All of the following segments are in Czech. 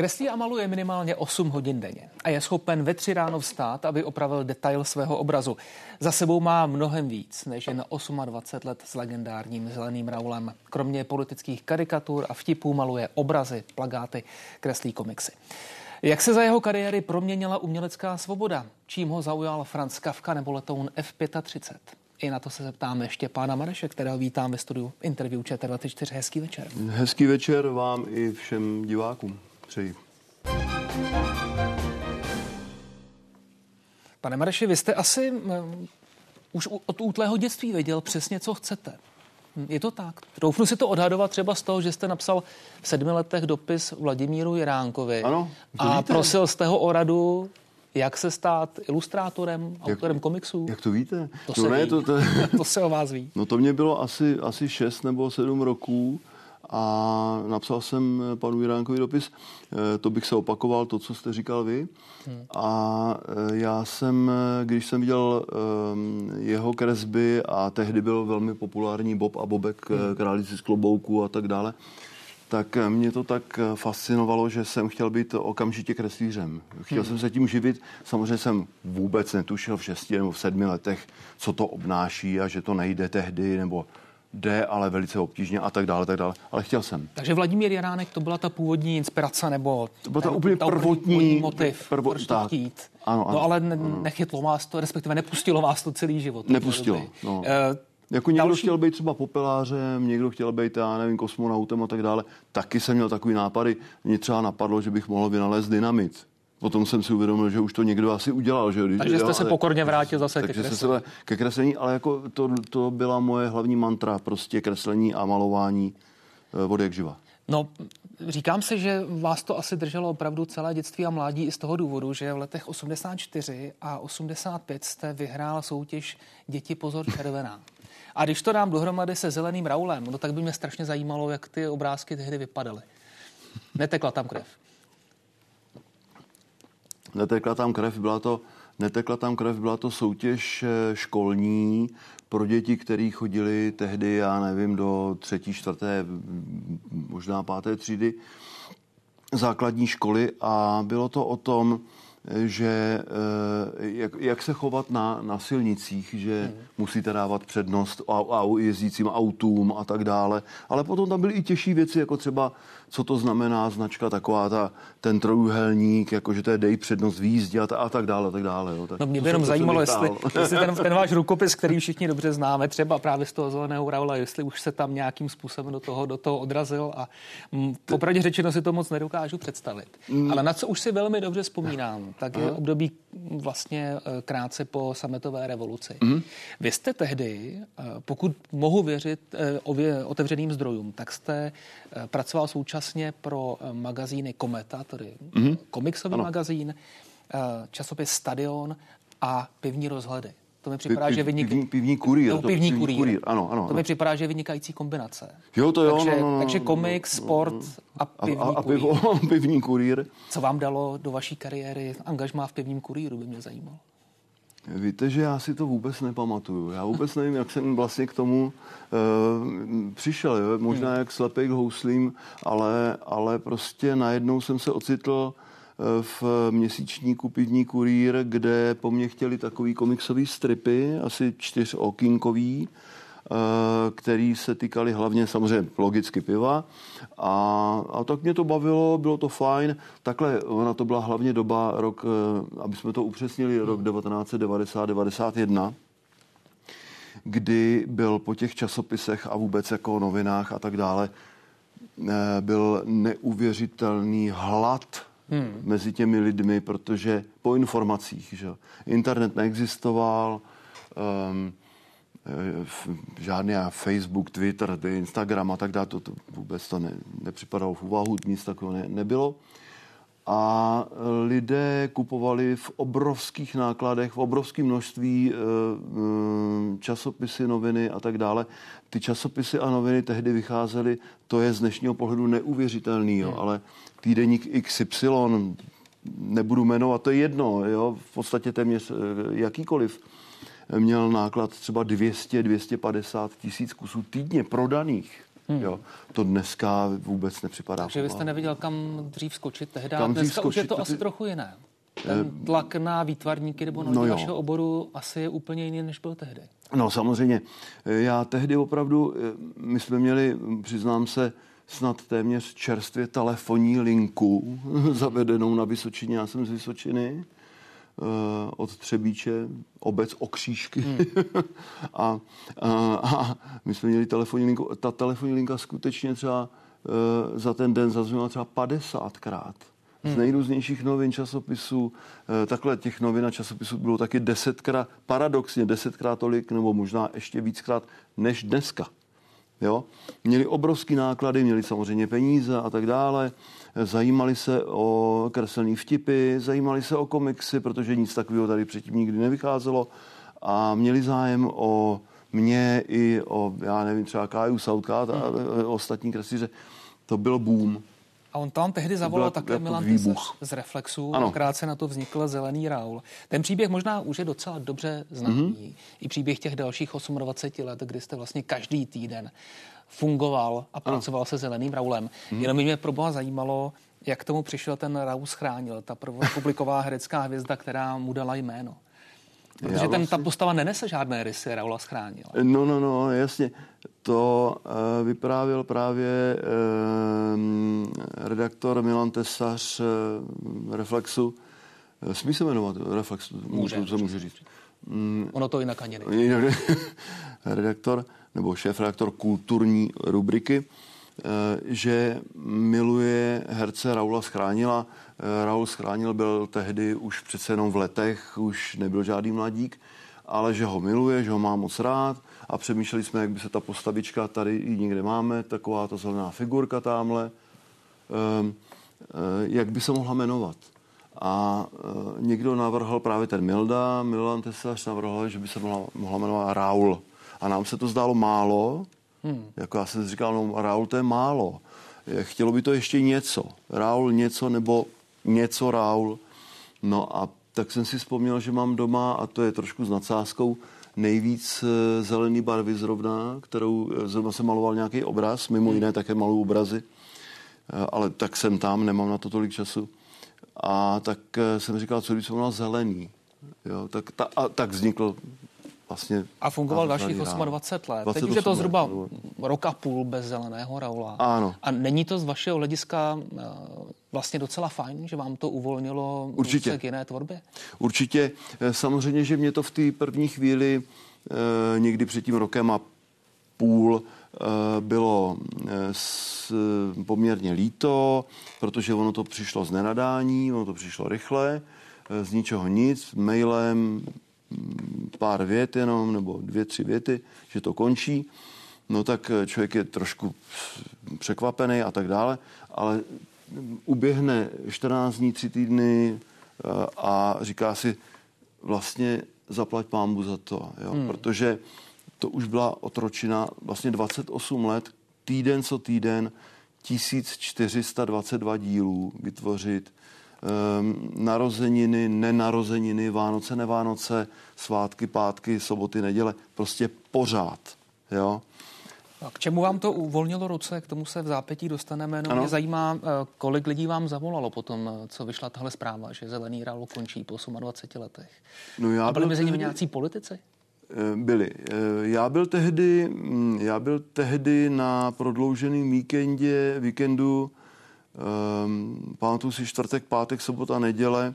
Kreslí a maluje minimálně 8 hodin denně a je schopen ve 3 ráno vstát, aby opravil detail svého obrazu. Za sebou má mnohem víc než jen 28 let s legendárním Zeleným Raulem. Kromě politických karikatur a vtipů maluje obrazy, plakáty, kreslí komiksy. Jak se za jeho kariéry proměnila umělecká svoboda? Čím ho zaujal Franz Kafka nebo letoun F-35? I na to se zeptáme Štěpána Mareše, kterého vítám ve studiu Interview ČT24. Hezký večer. Hezký večer vám i všem divákům přeji. Pane Mareši, vy jste asi už od útlého dětství věděl přesně, co chcete. Je to tak? Doufnu si to odhadovat třeba z toho, že jste napsal v 7 letech dopis Vladimíru Jiránkovi. Ano, a prosil jste ho o radu, jak se stát ilustrátorem, autorem komiksů. Jak to víte? To to se o vás ví. No to mě bylo asi 6 nebo 7 roků a napsal jsem panu Jiránkovi dopis. To bych se opakoval, to, co jste říkal vy. A já jsem, když jsem viděl jeho kresby a tehdy byl velmi populární Bob a Bobek, Králíci z klobouku a tak dále, tak mě to tak fascinovalo, že jsem chtěl být okamžitě kreslířem. Chtěl jsem se tím živit. Samozřejmě jsem vůbec netušil v 6 nebo v 7 letech, co to obnáší a že to nejde tehdy, nebo jde, ale velice obtížně a tak dále, ale chtěl jsem. Takže Vladimír Jiránek, to byla ta původní inspirace, nebo to byl ta úplně prvotní motiv, proč to chtít. Ano, no ale nechytlo vás to, respektive nepustilo vás to celý život. Nepustilo, no. Jako někdo chtěl být třeba popelářem, někdo chtěl být, já nevím, kosmonautem a tak dále. Taky jsem měl takový nápady. Mě třeba napadlo, že bych mohl vynalézt dynamit. Potom jsem si uvědomil, že už to někdo asi udělal. Že? Takže jste se pokorně vrátil zase ke kreslení. Ale jako to byla moje hlavní mantra, prostě kreslení a malování od jak živa. No, říkám si, že vás to asi drželo opravdu celé dětství a mládí i z toho důvodu, že v letech 84 a 85 jste vyhrál soutěž Děti pozor červená. A když to dám dohromady se Zeleným Raulem, no tak by mě strašně zajímalo, jak ty obrázky tehdy vypadaly. Netekla tam krev. Netekla tam krev, byla to soutěž školní pro děti, které chodili tehdy, já nevím, do 3., 4., možná 5. třídy základní školy a bylo to o tom, že jak se chovat na silnicích, že musíte dávat přednost jezdícím autům a tak dále. Ale potom tam byly i těžší věci, jako třeba, co to znamená značka taková, ten trojúhelník, jakože to je dej přednost v jízdě a tak dále. Jo. Tak no mě by jenom zajímalo, jestli ten váš rukopis, který všichni dobře známe, třeba právě z toho Zeleného Raula, jestli už se tam nějakým způsobem do toho odrazil a popravdě řečeno si to moc nedokážu představit. Ale na co už si velmi dobře vzpomínám, tak je období vlastně krátce po sametové revoluci. Vy jste tehdy, pokud mohu věřit otevřeným zdrojům, tak jste pracoval současně pro magazíny Kometa, tedy komiksový magazín, časopis Stadion a Pivní rozhledy. To mi připadá, že Pivní kurýr. Pivní kurýr. Ano. To mi připadá, že je vynikající kombinace. Jo, to jo. Takže komiks, sport a Pivní kurýr. Pivní kurýr. Co vám dalo do vaší kariéry angažmá v Pivním kurýru, by mě zajímalo. Víte, že já si to vůbec nepamatuju. Já vůbec nevím, jak jsem vlastně k tomu přišel. Jo? Možná jak slepej k houslím, ale prostě najednou jsem se ocitl v měsíčníku Pivní kurýr, kde po mně chtěli takový komiksový stripy, asi 4okýnkový, který se týkali hlavně samozřejmě logicky piva a tak mě to bavilo, bylo to fajn. Takhle, ona to byla hlavně doba, aby jsme to upřesnili, rok 1990-91, kdy byl po těch časopisech a vůbec jako novinách a tak dále byl neuvěřitelný hlad mezi těmi lidmi, protože po informacích, že internet neexistoval, žádný Facebook, Twitter, Instagram a tak dále, to vůbec to nepřipadalo v úvahu, nic takového nebylo. A lidé kupovali v obrovských nákladech, v obrovském množství časopisy, noviny a tak dále. Ty časopisy a noviny tehdy vycházely, to je z dnešního pohledu neuvěřitelný, jo, ale týdeník XY, nebudu jmenovat, to je jedno, jo, v podstatě téměř jakýkoliv, měl náklad třeba 200-250 tisíc kusů týdně prodaných. Jo. To dneska vůbec nepřipadá. Takže vy jste neviděl, kam dřív skočit tehdy. Dneska už je to asi trochu jiné. Ten tlak na výtvarníky nebo na vašeho oboru asi je úplně jiný, než byl tehdy. No samozřejmě. Já tehdy opravdu, my jsme měli, přiznám se, snad téměř čerstvě telefonní linku zavedenou na Vysočině. Já jsem z Vysočiny, od Třebíče, obec Okřížky. A my jsme měli telefonní linku. Ta telefonní linka skutečně třeba za ten den zazvonila třeba 50krát. Z nejrůznějších novin, časopisů. Takhle těch novin a časopisů bylo taky 10krát, paradoxně 10krát tolik, nebo možná ještě víckrát, než dneska. Jo? Měli obrovský náklady, měli samozřejmě peníze a tak dále. Zajímali se o kreslený vtipy, zajímali se o komiksy, protože nic takového tady předtím nikdy nevycházelo. A měli zájem o mě i o, já nevím, třeba Káju Southcott a ostatní kreslíře. To byl boom. A on tam tehdy zavolal také Milan Tesař z Reflexu a krátce na to vznikl Zelený Raul. Ten příběh možná už je docela dobře známý. I příběh těch dalších 28 let, kdy jste vlastně každý týden fungoval a pracoval se Zeleným Raulem. Jenom mě pro boha zajímalo, jak tomu přišel ten Raul Schránil, ta prvorepubliková herecká hvězda, která mu dala jméno. Protože ta postava nenese žádné rysy Raula Schránila. No, jasně. To vyprávěl právě redaktor Milan Tesař Reflexu. Smí se jmenovat Reflexu? Může říct. Ono to jinak ani nejde. Redaktor nebo šéfredaktor kulturní rubriky, že miluje herce Raula Schránila. Raul Schránil byl tehdy už přece jenom v letech, už nebyl žádný mladík, ale že ho miluje, že ho má moc rád a přemýšleli jsme, jak by se ta postavička, tady ji někde máme, taková ta zelená figurka tamhle, jak by se mohla jmenovat. A někdo navrhl právě ten Milan Tesař navrhl, že by se mohla jmenovat Raul. A nám se to zdálo málo, jako já jsem říkal, no Raul to je málo. Chtělo by to ještě něco. Raul něco nebo něco Raul. No a tak jsem si vzpomněl, že mám doma, a to je trošku s nadsázkou, nejvíc zelený barvy zrovna, kterou zrovna jsem maloval nějaký obraz, mimo jiné také maluju obrazy, ale tak jsem tam, nemám na to tolik času. A tak jsem říkal, co když jsem maloval zelený. Jo, tak vznikl vlastně... A fungoval dalších 28 let. Teď už je to zhruba rok a půl bez Zeleného Raula. Ano. A není to z vašeho hlediska vlastně docela fajn, že vám to uvolnilo se k jiné tvorbě? Určitě. Samozřejmě, že mě to v té první chvíli někdy před tím rokem a půl bylo poměrně líto, protože ono to přišlo z nenadání, ono to přišlo rychle, z ničeho nic, mailem, pár vět jenom, nebo 2-3 věty, že to končí. No tak člověk je trošku překvapený a tak dále, ale uběhne 14 dní, 3 týdny a říká si vlastně zaplať pánbu za to, jo? Protože to už byla otročina vlastně 28 let, týden co týden, 1422 dílů vytvořit, narozeniny, nenarozeniny, Vánoce, nevánoce, svátky, pátky, soboty, neděle, prostě pořád, jo. A k čemu vám to uvolnilo ruce? K tomu se v zápětí dostaneme. No, mě zajímá, kolik lidí vám zavolalo potom, co vyšla tahle zpráva, že Zelený Raul končí po 28 letech. No a byli mezi nimi nějací politici? Byli. Já byl tehdy na prodlouženém víkendu, pamatuju si čtvrtek, pátek, sobota, neděle,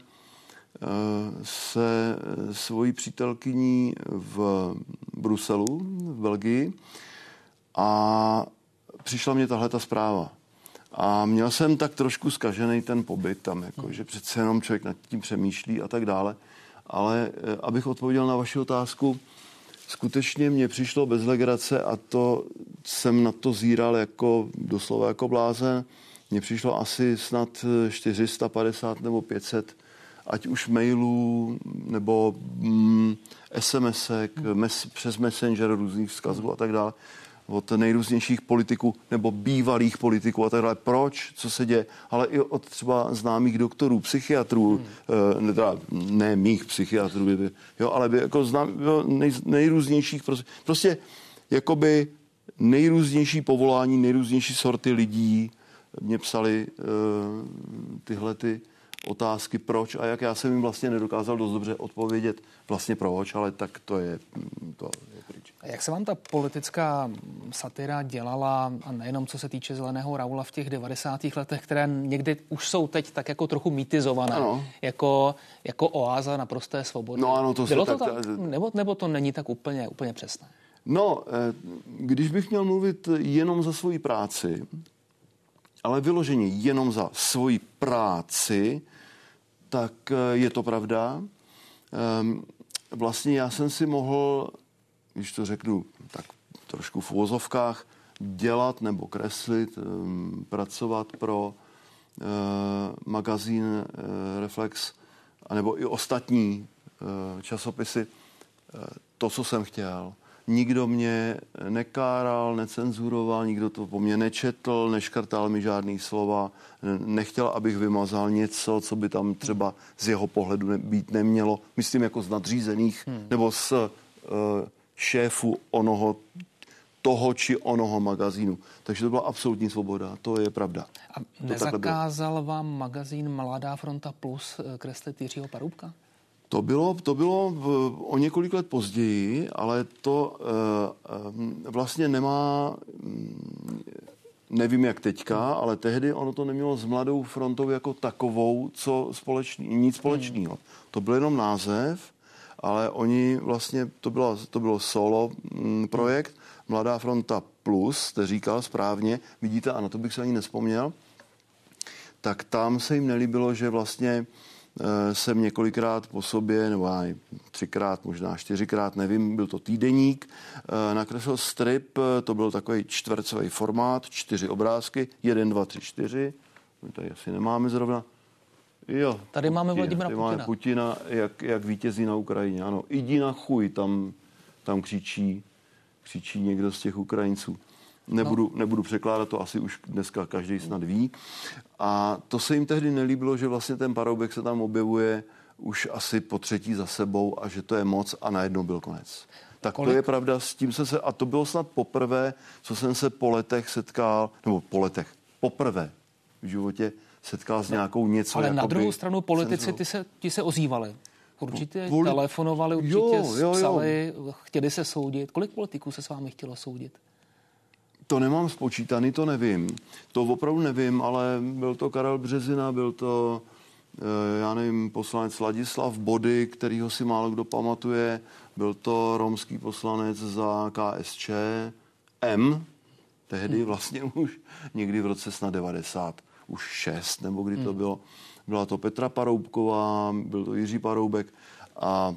se svojí přítelkyní v Bruselu, v Belgii, a přišla mě tahleta zpráva. A měl jsem tak trošku zkažený ten pobyt tam, jako, že přece jenom člověk nad tím přemýšlí a tak dále. Ale abych odpověděl na vaši otázku, skutečně mě přišlo bez legrace a to jsem na to zíral jako doslova jako blázen. Mně přišlo asi snad 450 nebo 500, ať už mailů nebo SMSek, přes Messenger různých vzkazů a tak dále, od nejrůznějších politiků nebo bývalých politiků a tak dále. Proč? Co se děje? Ale i od třeba známých doktorů, psychiatrů, ne mých psychiatrů, jo, ale jako nejrůznějších, prostě jakoby nejrůznější povolání, nejrůznější sorty lidí mě psali tyhle ty otázky, proč a jak. Já jsem jim vlastně nedokázal dost dobře odpovědět vlastně proč, ale tak to je pryč. A jak se vám ta politická satira dělala, a nejenom co se týče Zeleného Raula v těch 90. letech, které někdy už jsou teď tak jako trochu mýtizované, jako oáza naprosté svobody. No ano, to bylo to tak, nebo to není tak úplně přesné? No, když bych měl mluvit jenom za svoji práci, ale vyloženě jenom za svoji práci, tak je to pravda. Vlastně já jsem si mohl, když to řeknu tak trošku v uvozovkách, dělat nebo kreslit, pracovat pro magazín Reflex, anebo i ostatní časopisy, to, co jsem chtěl. Nikdo mě nekáral, necenzuroval, nikdo to po mně nečetl, neškrtal mi žádný slova, nechtěl, abych vymazal něco, co by tam třeba z jeho pohledu být nemělo. Myslím jako z nadřízených nebo z šéfu toho či onoho magazínu. Takže to byla absolutní svoboda, to je pravda. A nezakázal vám magazín Mladá fronta plus kreslit Jiřího Paroubka? To bylo o několik let později, ale to vlastně nemá, nevím jak teďka, ale tehdy ono to nemělo s Mladou frontou jako takovou, nic společného. To byl jenom název, ale oni vlastně, to bylo solo projekt, Mladá fronta plus, jste říkal správně, vidíte, a na to bych se ani nespomněl, tak tam se jim nelíbilo, že vlastně jsem několikrát po sobě, nebo 3krát, možná 4krát, nevím, byl to týdeník, nakreslil strip, to byl takový čtvercový formát, 4 obrázky, 1, 2, 3, 4, tady asi nemáme zrovna. Jo, tady máme Vladimira Putina. Máme Putina, jak vítězí na Ukrajině. Ano, jdi na chuj, tam křičí někdo z těch Ukrajinců. Nebudu překládat, to asi už dneska každý snad ví. A to se jim tehdy nelíbilo, že vlastně ten Paroubek se tam objevuje už asi po 3. za sebou a že to je moc a najednou byl konec. Tak to je pravda, s tím a to bylo snad poprvé, co jsem se po letech setkal, poprvé v životě setkal s nějakou něco. Ale na druhou stranu politici, ti se ozývali. Určitě telefonovali, určitě psali, chtěli se soudit. Kolik politiků se s vámi chtělo soudit? To nemám spočítaný, to nevím. To opravdu nevím, ale byl to Karel Březina, byl to, já nevím, poslanec Ladislav Body, kterýho si málo kdo pamatuje, byl to romský poslanec za KSČ, tehdy vlastně už někdy v roce snad 90, už 6, nebo kdy to bylo. Byla to Petra Paroubková, byl to Jiří Paroubek a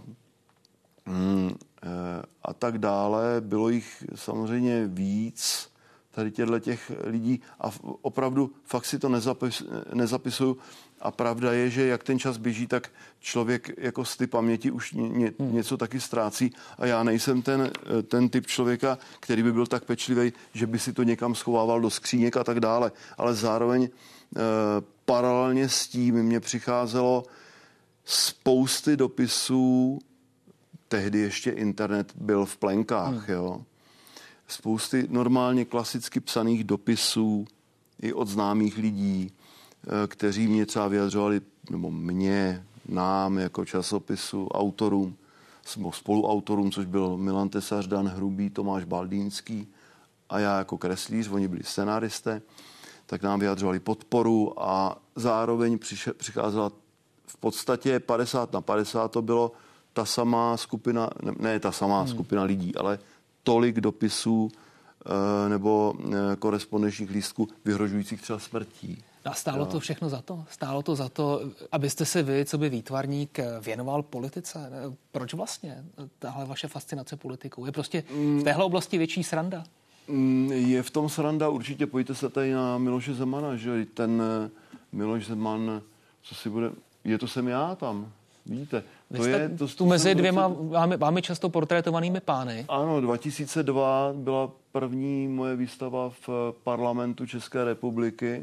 tak dále. Bylo jich samozřejmě víc, tady těch lidí a opravdu fakt si to nezapisuju a pravda je, že jak ten čas běží, tak člověk jako z ty paměti už něco taky ztrácí a já nejsem ten typ člověka, který by byl tak pečlivý, že by si to někam schovával do skříněk a tak dále, ale zároveň paralelně s tím mě přicházelo spousty dopisů, tehdy ještě internet byl v plenkách, jo. Spousty normálně klasicky psaných dopisů i od známých lidí, kteří mě třeba vyjadřovali, nebo nám jako časopisu, autorům, spoluautorům, což byl Milan Tesař, Dan Hrubý, Tomáš Baldýnský a já jako kreslíř, oni byli scenáristé, tak nám vyjadřovali podporu a zároveň přicházela v podstatě 50/50, to bylo ta samá skupina, ne ta samá skupina lidí, ale tolik dopisů nebo korespondenčních lístků vyhrožujících třeba smrtí. A stálo to všechno za to? Stálo to za to, abyste se vy, co by výtvarník, věnoval politice? Proč vlastně tahle vaše fascinace politikou? Je prostě v téhle oblasti větší sranda? Je v tom sranda, určitě pojďte se tady na Miloše Zemana, že ten Miloš Zeman, co si bude, to jsem já tam, vidíte. Tu mezi dvěma vámi často portrétovanými pány. Ano, 2002 byla první moje výstava v parlamentu České republiky,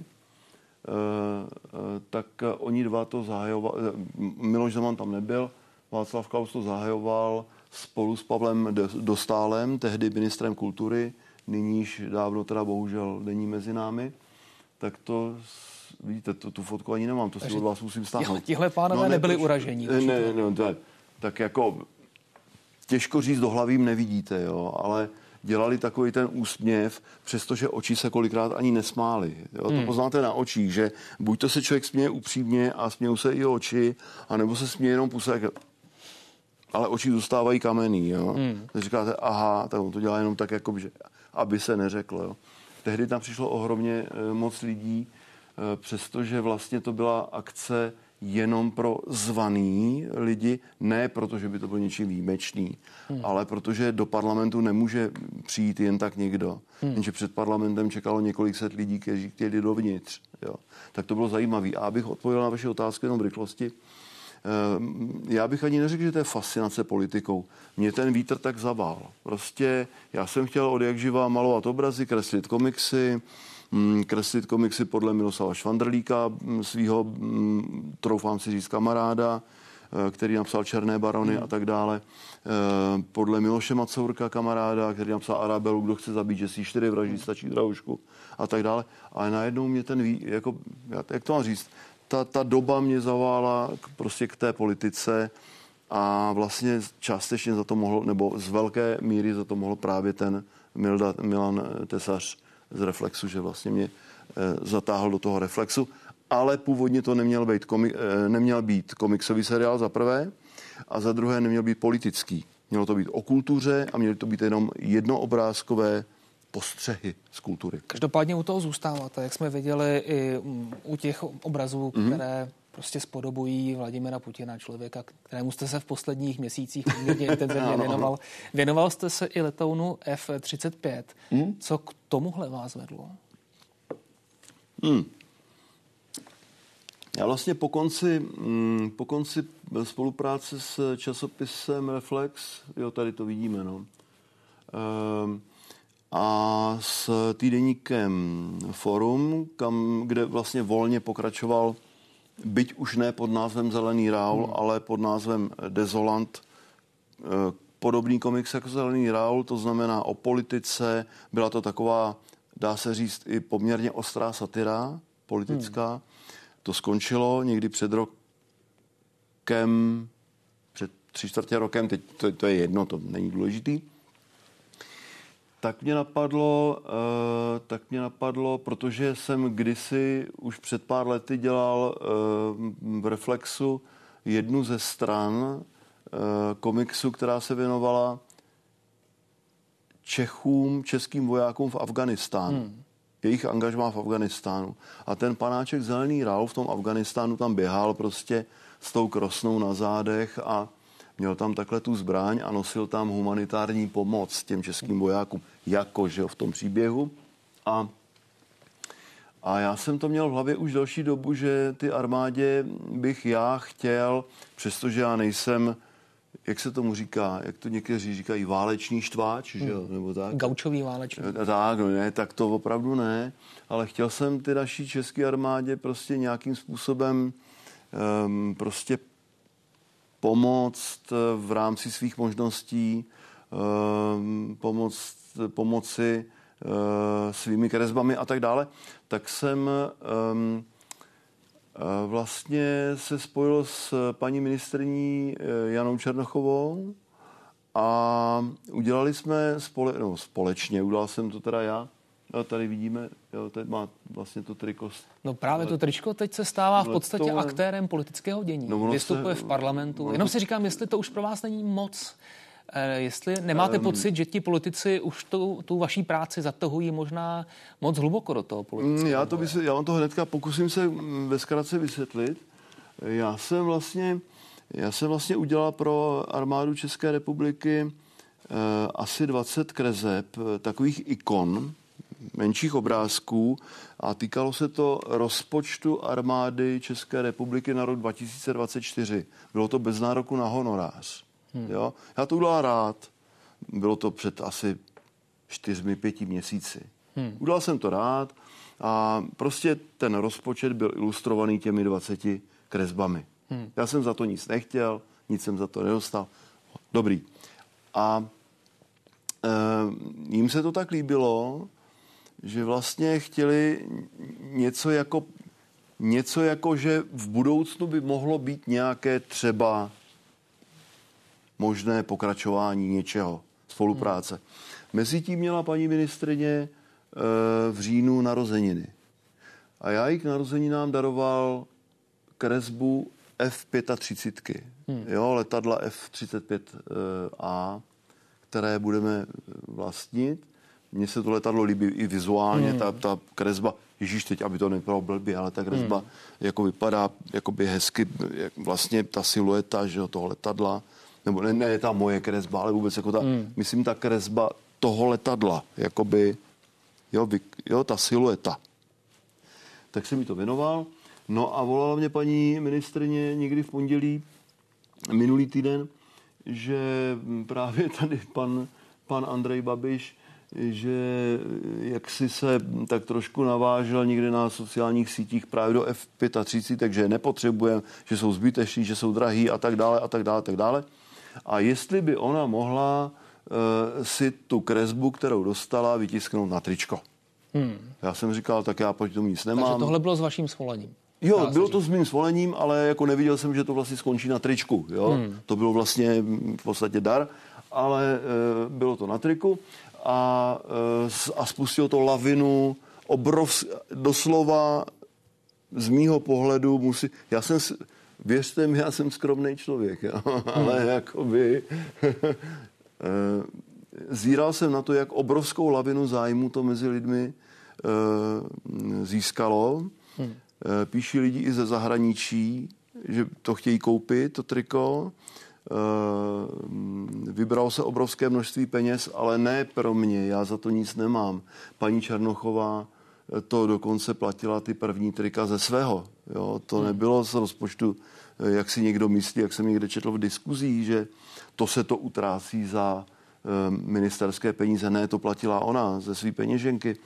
tak oni dva to zahajovali, Miloš Zeman tam nebyl, Václav Klaus to zahajoval spolu s Pavlem Dostálem, tehdy ministrem kultury, nyníž dávno teda bohužel není mezi námi, tak to, vidíte, tu fotku ani nemám, to si od vás musím stáhnout. Tihle pánové nebyli uražení. Tak jako těžko říct, do hlavím nevidíte, jo, ale dělali takový ten úsměv, přestože oči se kolikrát ani nesmály. Jo? To poznáte na očích, že buď to se člověk směje upřímně a smějou se i oči, anebo se směje jenom pusek, ale oči zůstávají kamenný. Jo? Tak říkáte, aha, tak on to dělá jenom tak, jako, že, aby se neřeklo. Jo? Tehdy tam přišlo ohromně moc lidí, přestože vlastně to byla akce jenom pro zvaný lidi, ne proto, že by to byl něčím výjimečný, ale protože do parlamentu nemůže přijít jen tak někdo. Jenže před parlamentem čekalo několik set lidí, kteří chtěli dovnitř. Jo. Tak to bylo zajímavé. A abych odpověděl na vaši otázku jenom v rychlosti, já bych ani neřekl, že to je fascinace politikou. Mě ten vítr tak zabál. Prostě já jsem chtěl od jak živa malovat obrazy, kreslit komiksy podle Miloslava Švandrlíka, svýho, troufám si říct, kamaráda, který napsal Černé barony a tak dále. Podle Miloše Macourka, kamaráda, který napsal Arabelu, kdo chce zabít, že si 4 vraždí, stačí drahušku a tak dále. Ale najednou mě jak to mám říct, ta doba mě zavála prostě k té politice a vlastně částečně za to mohl, nebo z velké míry za to mohl právě ten Milan Tesař z Reflexu, že vlastně mě zatáhl do toho Reflexu, ale původně to neměl být komiksový seriál za prvé a za druhé neměl být politický. Mělo to být o kultuře a měly to být jenom jednoobrázkové postřehy z kultury. Každopádně u toho zůstáváte, jak jsme viděli i u těch obrazů, které prostě spodobují Vladimira Putina, člověka, kterému jste se v posledních měsících poměrně intenzivně věnoval. Věnoval jste se i letounu F-35. Co k tomuhle vás vedlo? Já vlastně po konci spolupráce s časopisem Reflex, jo, tady to vidíme, no, a s týdeníkem Forum, kde vlastně volně pokračoval, byť už ne pod názvem Zelený Raul, ale pod názvem Dezolant, podobný komiks jako Zelený Raul, to znamená o politice, byla to taková, dá se říct, i poměrně ostrá satira politická. To skončilo někdy před rokem, před 3/4 rokem, teď to je jedno, to není důležitý. Tak mě napadlo, protože jsem kdysi už před pár lety dělal v Reflexu jednu ze stran komiksu, která se věnovala českým vojákům v Afghánistánu. Jejich angažmá v Afghánistánu. A ten panáček Zelený Raul v tom Afghánistánu tam běhal prostě s tou krosnou na zádech a měl tam takhle tu zbraň a nosil tam humanitární pomoc těm českým vojákům, jakože v tom příběhu. A já jsem to měl v hlavě už delší dobu, že ty armádě bych já chtěl, přestože já nejsem, jak se tomu říká, jak to někteří říkají, válečný štváč, že jo, nebo tak. Gaučový válečný. Tak, no ne, tak to opravdu ne, ale chtěl jsem ty naší české armádě prostě nějakým způsobem prostě pomoct v rámci svých možností, pomoci svými kresbami a tak dále, tak jsem vlastně se spojil s paní ministryní Janou Černochovou a udělali jsme společně, udělal jsem to teda já. Tady vidíme, jo, teď má vlastně to triko. No právě to tričko teď se stává v podstatě aktérem politického dění. Vystupuje v parlamentu. Jenom si říkám, jestli to už pro vás není moc. Jestli nemáte pocit, že ti politici už tu vaší práci zatahují možná moc hluboko do toho politického. Já vám to hnedka pokusím se ve zkratce vysvětlit. Já jsem vlastně udělal pro armádu České republiky asi 20 kreseb, takových ikon, menších obrázků a týkalo se to rozpočtu armády České republiky na rok 2024. Bylo to bez nároku na honorář. Jo? Já to udělal rád. Bylo to před asi 4-5 měsíci. Udělal jsem to rád a prostě ten rozpočet byl ilustrovaný těmi 20 kresbami. Já jsem za to nic nechtěl, nic jsem za to nedostal. Dobrý. A jim se to tak líbilo, že vlastně chtěli něco jako, že v budoucnu by mohlo být nějaké třeba možné pokračování něčeho, spolupráce. Mezitím měla paní ministryně v říjnu narozeniny. A já jí k narozeninám daroval kresbu F-35, letadla F-35A, které budeme vlastnit. Mně se to letadlo líbí i vizuálně, ta kresba, ježíš, teď, aby to nebylo blbě, ale ta kresba jako vypadá jakoby hezky, vlastně ta silueta, že jo, toho letadla, nebo ne ta moje kresba, ale vůbec jako myslím ta kresba toho letadla, jakoby, ta silueta. Tak jsem mi to věnoval. No a volala mě paní ministryně někdy v pondělí, minulý týden, že právě tady pan Andrej Babiš, že jak si se tak trošku navážel někde na sociálních sítích právě do F-35, takže nepotřebujeme, že jsou zbyteční, že jsou drahý a tak dále, a tak dále, a tak dále. A jestli by ona mohla si tu kresbu, kterou dostala, vytisknout na tričko. Já jsem říkal, tak já proti tomu nic nemám. Takže tohle bylo s vaším svolením. Jo, bylo to s mým svolením, ale jako neviděl jsem, že to vlastně skončí na tričku. Jo? To bylo vlastně v podstatě dar, ale bylo to na triku a spustilo to lavinu doslova z mýho pohledu věřte mi, já jsem skromný člověk, jo? Ale jakoby zíral jsem na to, jak obrovskou lavinu zájmu to mezi lidmi získalo. Píší lidi i ze zahraničí, že to chtějí koupit, to triko. Vybralo se obrovské množství peněz, ale ne pro mě, já za to nic nemám. Paní Černochová to dokonce platila ty první trika ze svého. Jo? To nebylo z rozpočtu, jak si někdo myslí, jak jsem někde četl v diskuzích, že to se to utrácí za ministerské peníze. Ne, to platila ona ze své peněženky.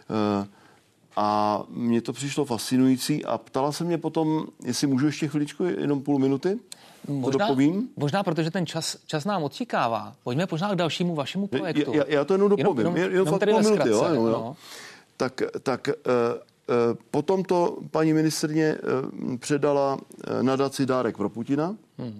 A mně to přišlo fascinující a ptala se mě potom, jestli můžu ještě chviličku, jenom půl minuty, to dopovím. Možná, protože ten čas nám odtíkává. Pojďme možná k dalšímu vašemu projektu. Já to jenom dopovím. Jenom fakt půl minuty. Jo. Tak potom to paní ministryně předala nadaci Dárek pro Putina.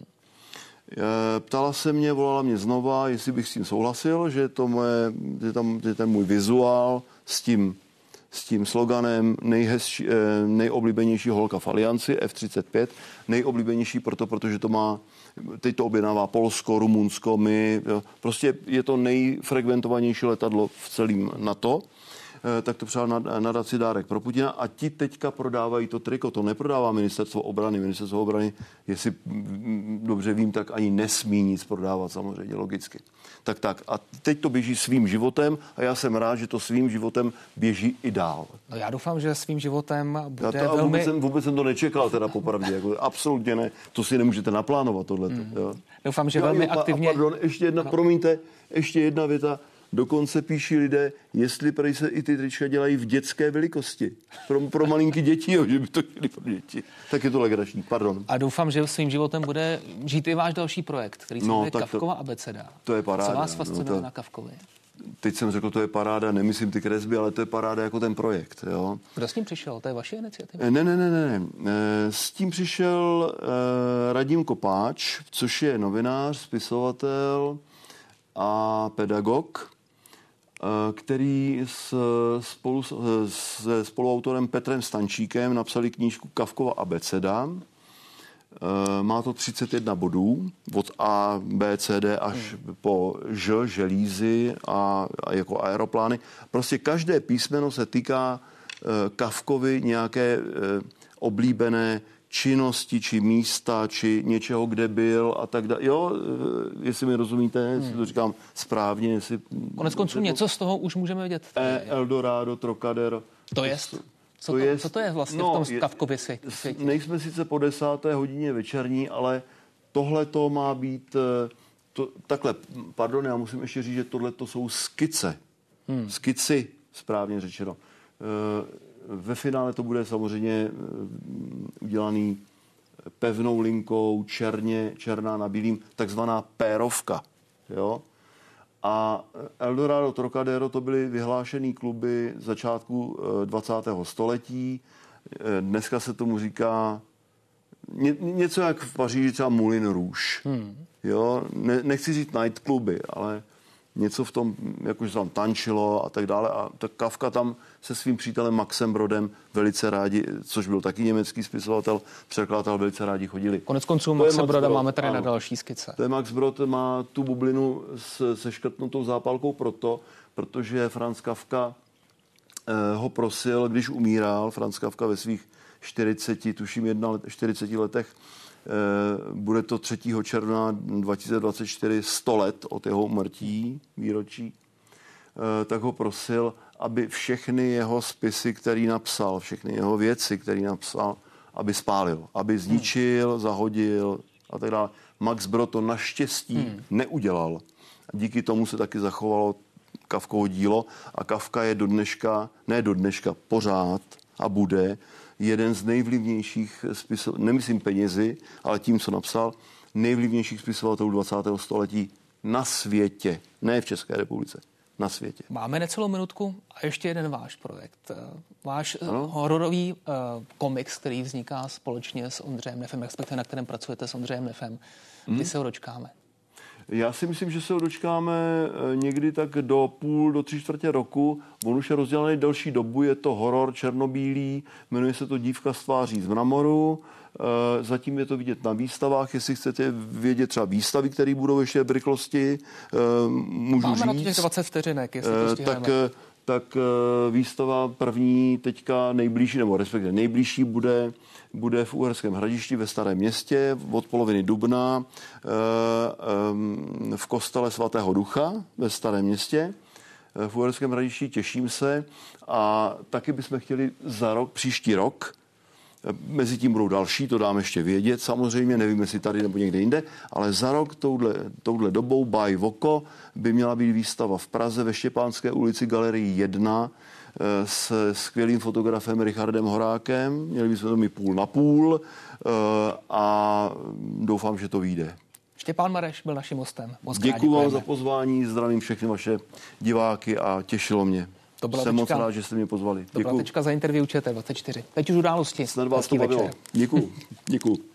Ptala se mě, volala mě znova, jestli bych s tím souhlasil, že ten můj vizuál s tím sloganem nejoblíbenější holka v Alianci, F-35, nejoblíbenější protože to má, teď to objednává Polsko, Rumunsko, prostě je to nejfrekventovanější letadlo v celém NATO, tak to přál nadaci Dárek pro Putina a ti teďka prodávají to triko. To neprodává ministerstvo obrany. Ministerstvo obrany, jestli dobře vím, tak ani nesmí nic prodávat, samozřejmě, logicky. Tak. A teď to běží svým životem a já jsem rád, že to svým životem běží i dál. No já doufám, že svým životem bude velmi... Vůbec jsem to nečekal, teda popravdě. Jako, absolutně ne. To si nemůžete naplánovat, tohleto. Doufám, že velmi aktivně... Pardon, ještě jedna věta. Dokonce píší lidé, jestli se i ty trička dělají v dětské velikosti. Pro malinký děti, že by to chtěli pro děti. Tak je to legrační, pardon. A doufám, že svým životem bude žít i váš další projekt, který se jmenuje Kafkova abeceda. To je paráda. Co vás fascinuje na Kafkově? Teď jsem řekl, to je paráda, nemyslím ty kresby, ale to je paráda jako ten projekt. Jo. Kdo s tím přišel? To je vaše iniciativa? Ne. S tím přišel Radim Kopáč, což je novinář, spisovatel a pedagog, který se spoluautorem Petrem Stančíkem napsali knížku Kafkova abeceda. Má to 31 bodů, od A, B, C, D až po Ž, želízy a jako aeroplány. Prostě každé písmeno se týká Kafkovy nějaké oblíbené činnosti, či místa, či něčeho, kde byl a tak dále. Jo, jestli mi rozumíte, jestli to říkám správně. Jestli... Koneckonců něco z toho už můžeme vidět. Eldorado, Trocadero. To je? Co to je vlastně v tom Kafkově světě? Nejsme sice po 10. hodině večerní, ale tohle to má být... takhle, pardon, já musím ještě říct, že tohle to jsou skice. Skici, správně řečeno. Ve finále to bude samozřejmě udělaný pevnou linkou, černá na bílým, takzvaná pérovka. Jo? A Eldorado, Trocadero, to byly vyhlášený kluby začátku 20. století. Dneska se tomu říká něco jak v Paříži třeba Moulin Rouge. Jo? Nechci říct nightcluby, ale něco v tom, jakože tam tančilo a tak dále. A tak Kafka tam se svým přítelem Maxem Brodem velice rádi, což byl taky německý spisovatel, překladatel, velice rádi chodili. Konec konců Maxe Broda máme tady na další skice. To je Max Brod, má tu bublinu se škrtnutou zápalkou protože Franz Kafka ho prosil, když umíral, Franz Kafka ve svých 40 letech, bude to 3. června 2024 100 let od jeho umrtí, výročí, tak ho prosil, aby všechny jeho spisy, který napsal, všechny jeho věci, který napsal, aby spálil, aby zničil, zahodil a tak dále. Max Brod to naštěstí neudělal. Díky tomu se taky zachovalo Kafkovo dílo a Kafka je do dneška pořád a bude jeden z nejvlivnějších spisovatelů, nemyslím penězi, ale tím, co napsal, nejvlivnějších spisovatelů 20. století na světě. Ne v České republice, na světě. Máme necelou minutku a ještě jeden váš projekt. Váš hororový komiks, který vzniká společně s Ondřejem Neffem, respektive na kterém pracujete s Ondřejem Neffem. Kdy se ho dočkáme? Já si myslím, že se ho dočkáme někdy tak do 3/4 roku. On už je rozdělený delší dobu, je to horor černobílý, jmenuje se to Dívka z tváří z mramoru. Zatím je to vidět na výstavách, jestli chcete vědět třeba výstavy, které budou ještě v rychlosti, můžu Máme říct. na to těch 20 vteřinek, jestli to stihneme. Tak výstava první teďka nejbližší, nebo respektive nejbližší bude v Uherském Hradišti ve Starém Městě od poloviny dubna v kostele svatého Ducha ve Starém Městě. V Uherském Hradišti těším se a taky bychom chtěli příští rok. Mezi tím budou další, to dám ještě vědět samozřejmě, nevím, jestli tady nebo někde jinde, ale za rok touhle dobou Báj Voko by měla být výstava v Praze ve Štěpánské ulici Galerii 1 s skvělým fotografem Richardem Horákem. Měli bychom to mít půl na půl a doufám, že to vyjde. Štěpán Mareš byl naším hostem. Děkuji vám za pozvání, zdravím všechny vaše diváky a těšilo mě. Jsem moc rád, že jste mě pozvali. To byla tečka za interview ČT24. Teď už události. Snad vás to bavilo. Děkuji.